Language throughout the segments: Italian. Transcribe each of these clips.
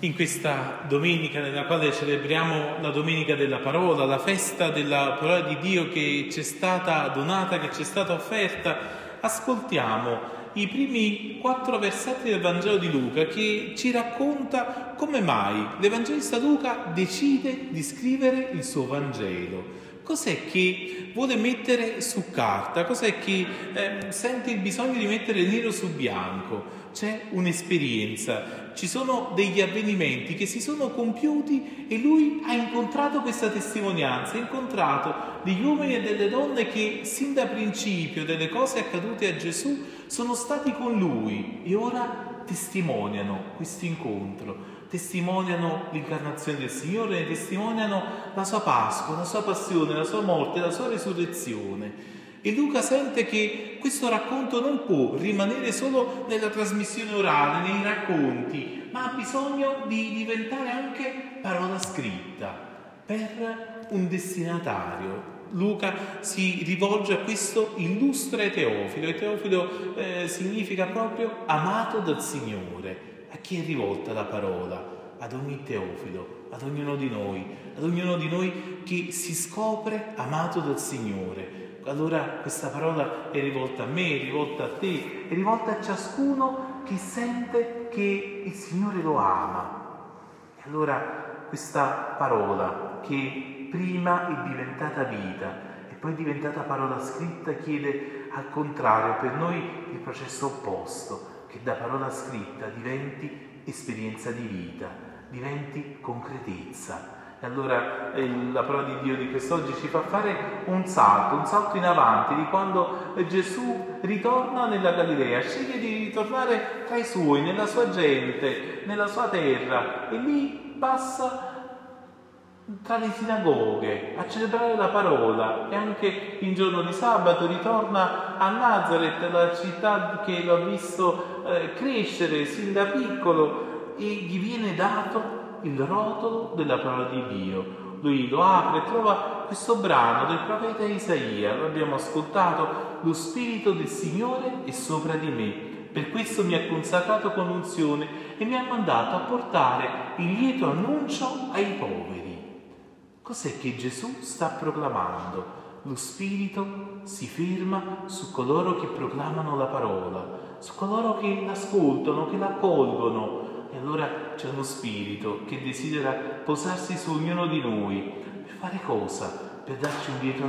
in questa domenica nella quale celebriamo la Domenica della Parola, la festa della parola di Dio che ci è stata donata, che ci è stata offerta, ascoltiamo i primi 4 versetti del Vangelo di Luca che ci racconta come mai l'Evangelista Luca decide di scrivere il suo Vangelo. Cos'è che vuole mettere su carta? Cos'è che sente il bisogno di mettere nero su bianco? C'è un'esperienza, ci sono degli avvenimenti che si sono compiuti e lui ha incontrato questa testimonianza, ha incontrato degli uomini e delle donne che sin da principio delle cose accadute a Gesù sono stati con lui e ora testimoniano questo incontro. Testimoniano l'incarnazione del Signore, ne testimoniano la sua Pasqua, la sua passione, la sua morte, la sua resurrezione. E Luca sente che questo racconto non può rimanere solo nella trasmissione orale, nei racconti, ma ha bisogno di diventare anche parola scritta per un destinatario. Luca si rivolge a questo illustre Teofilo, e Teofilo significa proprio amato dal Signore. A chi è rivolta la parola? Ad ogni Teofilo, ad ognuno di noi che si scopre amato dal Signore. Allora questa parola è rivolta a me, è rivolta a te, è rivolta a ciascuno che sente che il Signore lo ama. E allora questa parola che prima è diventata vita e poi è diventata parola scritta chiede al contrario per noi il processo opposto, che da parola scritta diventi esperienza di vita, diventi concretezza. E allora la parola di Dio di quest'oggi ci fa fare un salto in avanti di quando Gesù ritorna nella Galilea, sceglie di ritornare tra i suoi, nella sua gente, nella sua terra, e lì passa tra le sinagoghe a celebrare la parola, e anche in giorno di sabato ritorna a Nazaret, la città che lo ha visto crescere sin da piccolo, e gli viene dato il rotolo della parola di Dio. Lui lo apre e trova questo brano del profeta Isaia, lo abbiamo ascoltato: lo Spirito del Signore è sopra di me, per questo mi ha consacrato con unzione e mi ha mandato a portare il lieto annuncio ai poveri. Cos'è che Gesù sta proclamando? Lo Spirito si ferma su coloro che proclamano la parola, su coloro che l'ascoltano, che l'accolgono. E allora c'è uno Spirito che desidera posarsi su ognuno di noi. Per fare cosa? Per darci un lieto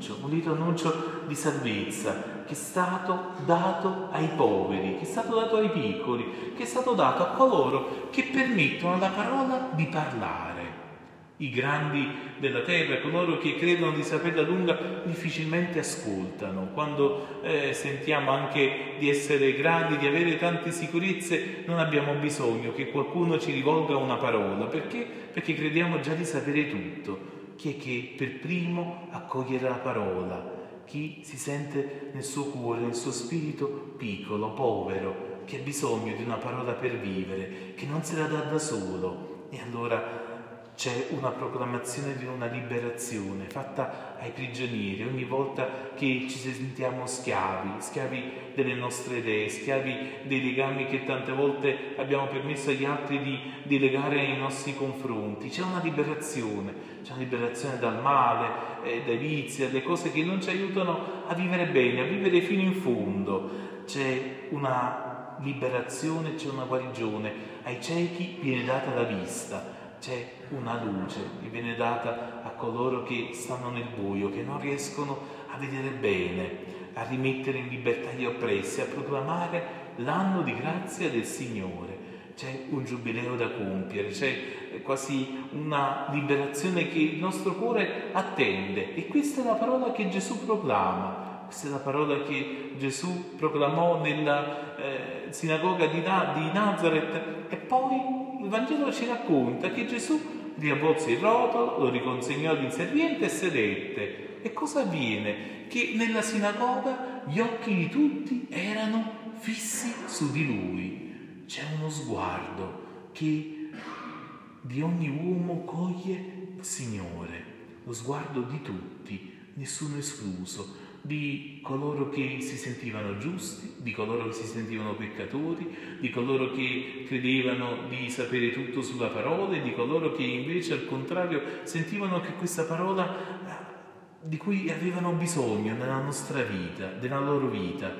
annuncio di salvezza che è stato dato ai poveri, che è stato dato ai piccoli, che è stato dato a coloro che permettono alla parola di parlare. I grandi della terra, coloro che credono di saperla lunga, difficilmente ascoltano. Quando sentiamo anche di essere grandi, di avere tante sicurezze, non abbiamo bisogno che qualcuno ci rivolga una parola. Perché? Perché crediamo già di sapere tutto. Chi è che per primo accogliere la parola? Chi si sente nel suo cuore, nel suo spirito piccolo, povero, che ha bisogno di una parola per vivere, che non se la dà da solo. E allora c'è una proclamazione di una liberazione fatta ai prigionieri ogni volta che ci sentiamo schiavi delle nostre idee, schiavi dei legami che tante volte abbiamo permesso agli altri di legare nei nostri confronti. C'è una liberazione dal male, dai vizi, dalle cose che non ci aiutano a vivere bene, a vivere fino in fondo. C'è una liberazione, c'è una guarigione. Ai ciechi viene data la vista. C'è una luce che viene data a coloro che stanno nel buio, che non riescono a vedere bene, a rimettere in libertà gli oppressi, a proclamare l'anno di grazia del Signore. C'è un giubileo da compiere, c'è quasi una liberazione che il nostro cuore attende. E questa è la parola che Gesù proclama. Questa è la parola che Gesù proclamò nella sinagoga di Nazaret. E poi il Vangelo ci racconta che Gesù riavvolse il rotolo, lo riconsegnò all'inserviente e sedette. E cosa avviene? Che nella sinagoga gli occhi di tutti erano fissi su di lui. C'è uno sguardo che di ogni uomo coglie il Signore, lo sguardo di tutti, nessuno escluso. di coloro che si sentivano giusti, di coloro che si sentivano peccatori, di coloro che credevano di sapere tutto sulla parola e di coloro che invece al contrario sentivano che questa parola di cui avevano bisogno nella nostra vita, della loro vita,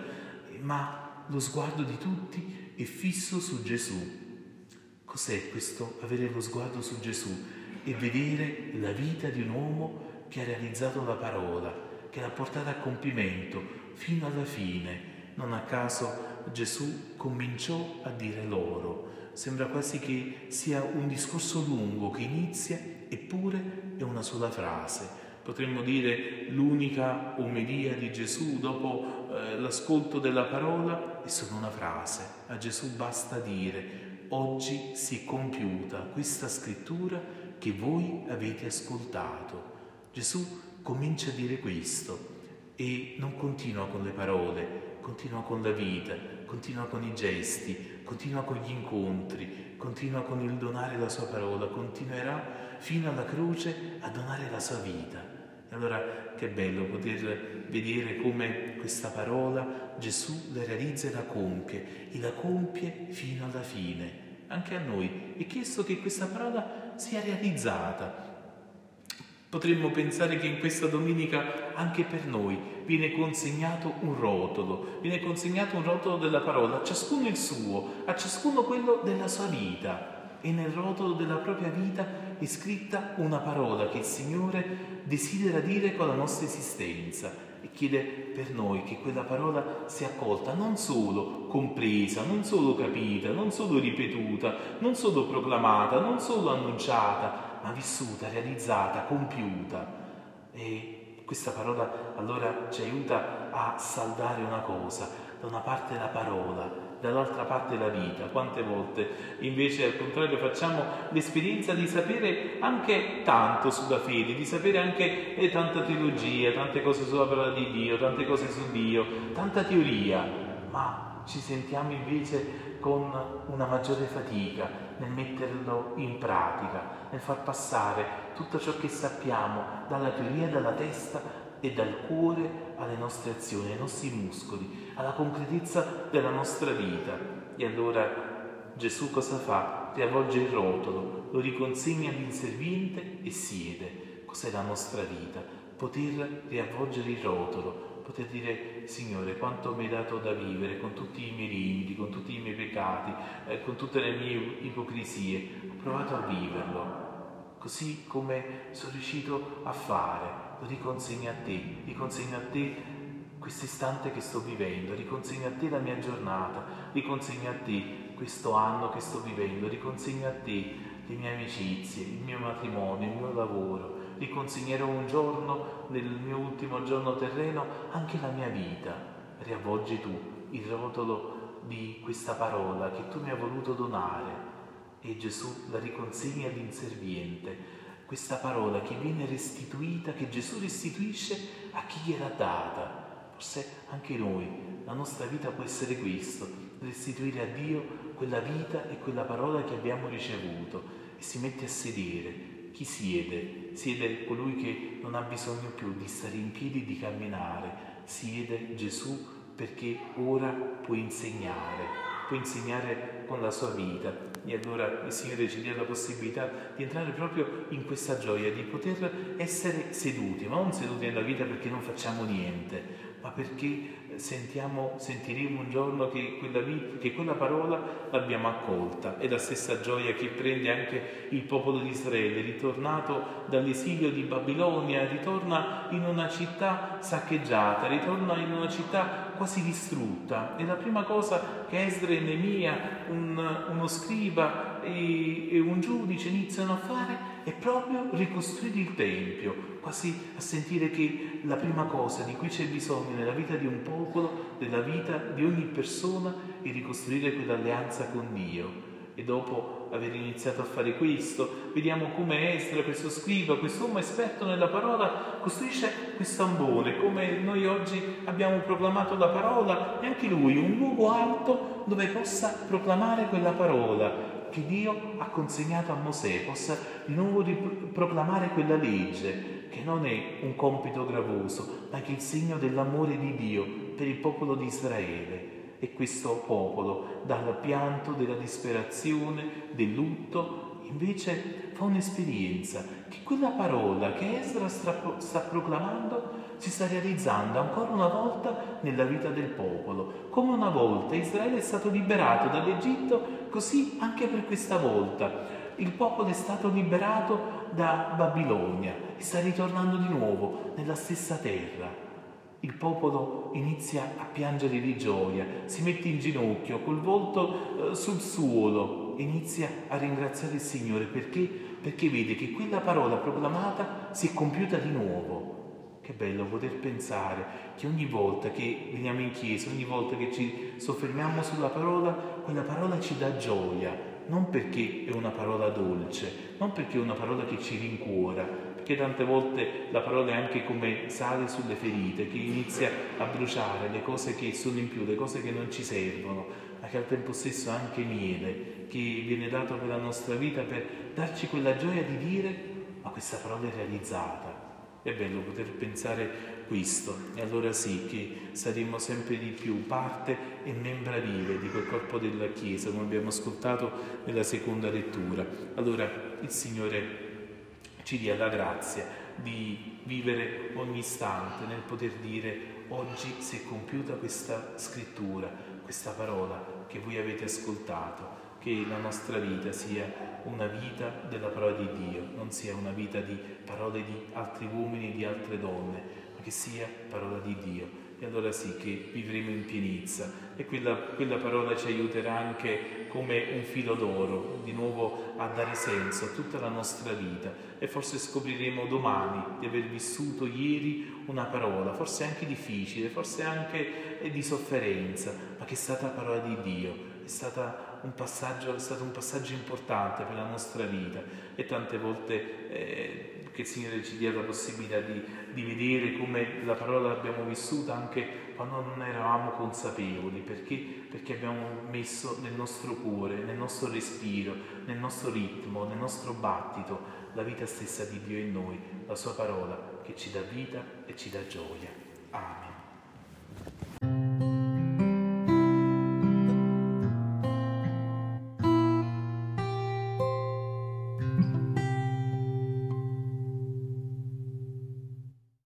ma lo sguardo di tutti è fisso su Gesù. Cos'è questo, avere lo sguardo su Gesù e vedere la vita di un uomo che ha realizzato la parola, che l'ha portata a compimento fino alla fine? Non a caso Gesù cominciò a dire loro. Sembra quasi che sia un discorso lungo che inizia, eppure è una sola frase. Potremmo dire l'unica omelia di Gesù dopo l'ascolto della parola è solo una frase. A Gesù basta dire: oggi si è compiuta questa scrittura che voi avete ascoltato. Gesù comincia a dire questo e non continua con le parole, continua con la vita, continua con i gesti, continua con gli incontri, continua con il donare la sua parola, continuerà fino alla croce a donare la sua vita. E allora che bello poter vedere come questa parola Gesù la realizza e la compie fino alla fine. Anche a noi è chiesto che questa parola sia realizzata. Potremmo pensare che in questa domenica anche per noi viene consegnato un rotolo della parola, a ciascuno il suo, a ciascuno quello della sua vita. E nel rotolo della propria vita è scritta una parola che il Signore desidera dire con la nostra esistenza e chiede per noi che quella parola sia accolta, non solo compresa, non solo capita, non solo ripetuta, non solo proclamata, non solo annunciata, ma vissuta, realizzata, compiuta. E questa parola allora ci aiuta a saldare una cosa: da una parte la parola, dall'altra parte la vita. Quante volte invece al contrario facciamo l'esperienza di sapere anche tanto sulla fede, di sapere anche tanta teologia, tante cose sulla parola di Dio, tante cose su Dio, tanta teoria, ma ci sentiamo invece con una maggiore fatica nel metterlo in pratica, nel far passare tutto ciò che sappiamo dalla teoria, dalla testa e dal cuore alle nostre azioni, ai nostri muscoli, alla concretezza della nostra vita. E allora Gesù cosa fa? Riavvolge il rotolo, lo riconsegna all'inserviente e siede. Cos'è la nostra vita? Poter riavvolgere il rotolo, poter dire: Signore, quanto mi hai dato da vivere con tutti i miei limiti, con tutti i miei peccati, con tutte le mie ipocrisie. Ho provato a viverlo così come sono riuscito a fare. Lo riconsegno a te questo istante che sto vivendo, riconsegno a te la mia giornata, riconsegno a te questo anno che sto vivendo, riconsegno a te le mie amicizie, il mio matrimonio, il mio lavoro, riconsegnerò un giorno, nel mio ultimo giorno terreno, anche la mia vita. Riavvolgi tu il rotolo di questa parola che tu mi hai voluto donare e Gesù la riconsegna all'inserviente. Questa parola che viene restituita, che Gesù restituisce a chi gliel'ha data. Forse anche noi, la nostra vita può essere questo: restituire a Dio quella vita e quella parola che abbiamo ricevuto. E si mette a sedere. Chi siede? Siede colui che non ha bisogno più di stare in piedi e di camminare. Siede Gesù perché ora può insegnare con la sua vita. E allora il Signore ci dia la possibilità di entrare proprio in questa gioia, di poter essere seduti, ma non seduti nella vita perché non facciamo niente, ma perché sentiremo un giorno che quella parola l'abbiamo accolta. È la stessa gioia che prende anche il popolo di Israele, ritornato dall'esilio di Babilonia, ritorna in una città saccheggiata, ritorna in una città quasi distrutta. E la prima cosa che Esdra e Neemia, uno scriba e un giudice iniziano a fare è proprio ricostruire il Tempio, quasi a sentire che la prima cosa di cui c'è bisogno nella vita di un popolo, nella vita di ogni persona, è ricostruire quell'alleanza con Dio. E dopo aver iniziato a fare questo, vediamo come Esdra, questo scriba, quest'uomo esperto nella parola, costruisce questo ambone, come noi oggi abbiamo proclamato la parola, e anche lui un luogo alto dove possa proclamare quella parola che Dio ha consegnato a Mosè, possa di nuovo proclamare quella legge che non è un compito gravoso, ma che è il segno dell'amore di Dio per il popolo di Israele. E questo popolo, dal pianto della disperazione, del lutto, invece fa un'esperienza che quella parola che Esdra sta proclamando si sta realizzando ancora una volta nella vita del popolo. Come una volta Israele è stato liberato dall'Egitto, così anche per questa volta il popolo è stato liberato da Babilonia e sta ritornando di nuovo nella stessa terra. Il popolo inizia a piangere di gioia, si mette in ginocchio col volto sul suolo, inizia a ringraziare il Signore perché vede che quella parola proclamata si è compiuta di nuovo. Che bello poter pensare che ogni volta che veniamo in chiesa, ogni volta che ci soffermiamo sulla parola, quella parola ci dà gioia, non perché è una parola dolce, non perché è una parola che ci rincuora, perché tante volte la parola è anche come sale sulle ferite, che inizia a bruciare le cose che sono in più, le cose che non ci servono, ma che al tempo stesso è anche miele, che viene dato per la nostra vita per darci quella gioia di dire: ma questa parola è realizzata. È bello poter pensare questo, e allora sì che saremo sempre di più parte e membra vive di quel corpo della Chiesa, come abbiamo ascoltato nella seconda lettura. Allora il Signore ci dia la grazia di vivere ogni istante nel poter dire: oggi si è compiuta questa scrittura, questa parola che voi avete ascoltato, che la nostra vita sia una vita della parola di Dio, non sia una vita di parole di altri uomini e di altre donne, ma che sia parola di Dio. E allora sì che vivremo in pienezza, e quella parola ci aiuterà anche come un filo d'oro di nuovo a dare senso a tutta la nostra vita, e forse scopriremo domani di aver vissuto ieri una parola, forse anche difficile, forse anche di sofferenza, ma che è stata parola di Dio, è stato un passaggio importante per la nostra vita. E tante volte che il Signore ci dia la possibilità di vedere come la parola l'abbiamo vissuta anche quando non eravamo consapevoli, perché abbiamo messo nel nostro cuore, nel nostro respiro, nel nostro ritmo, nel nostro battito la vita stessa di Dio in noi, la sua parola che ci dà vita e ci dà gioia. Amen.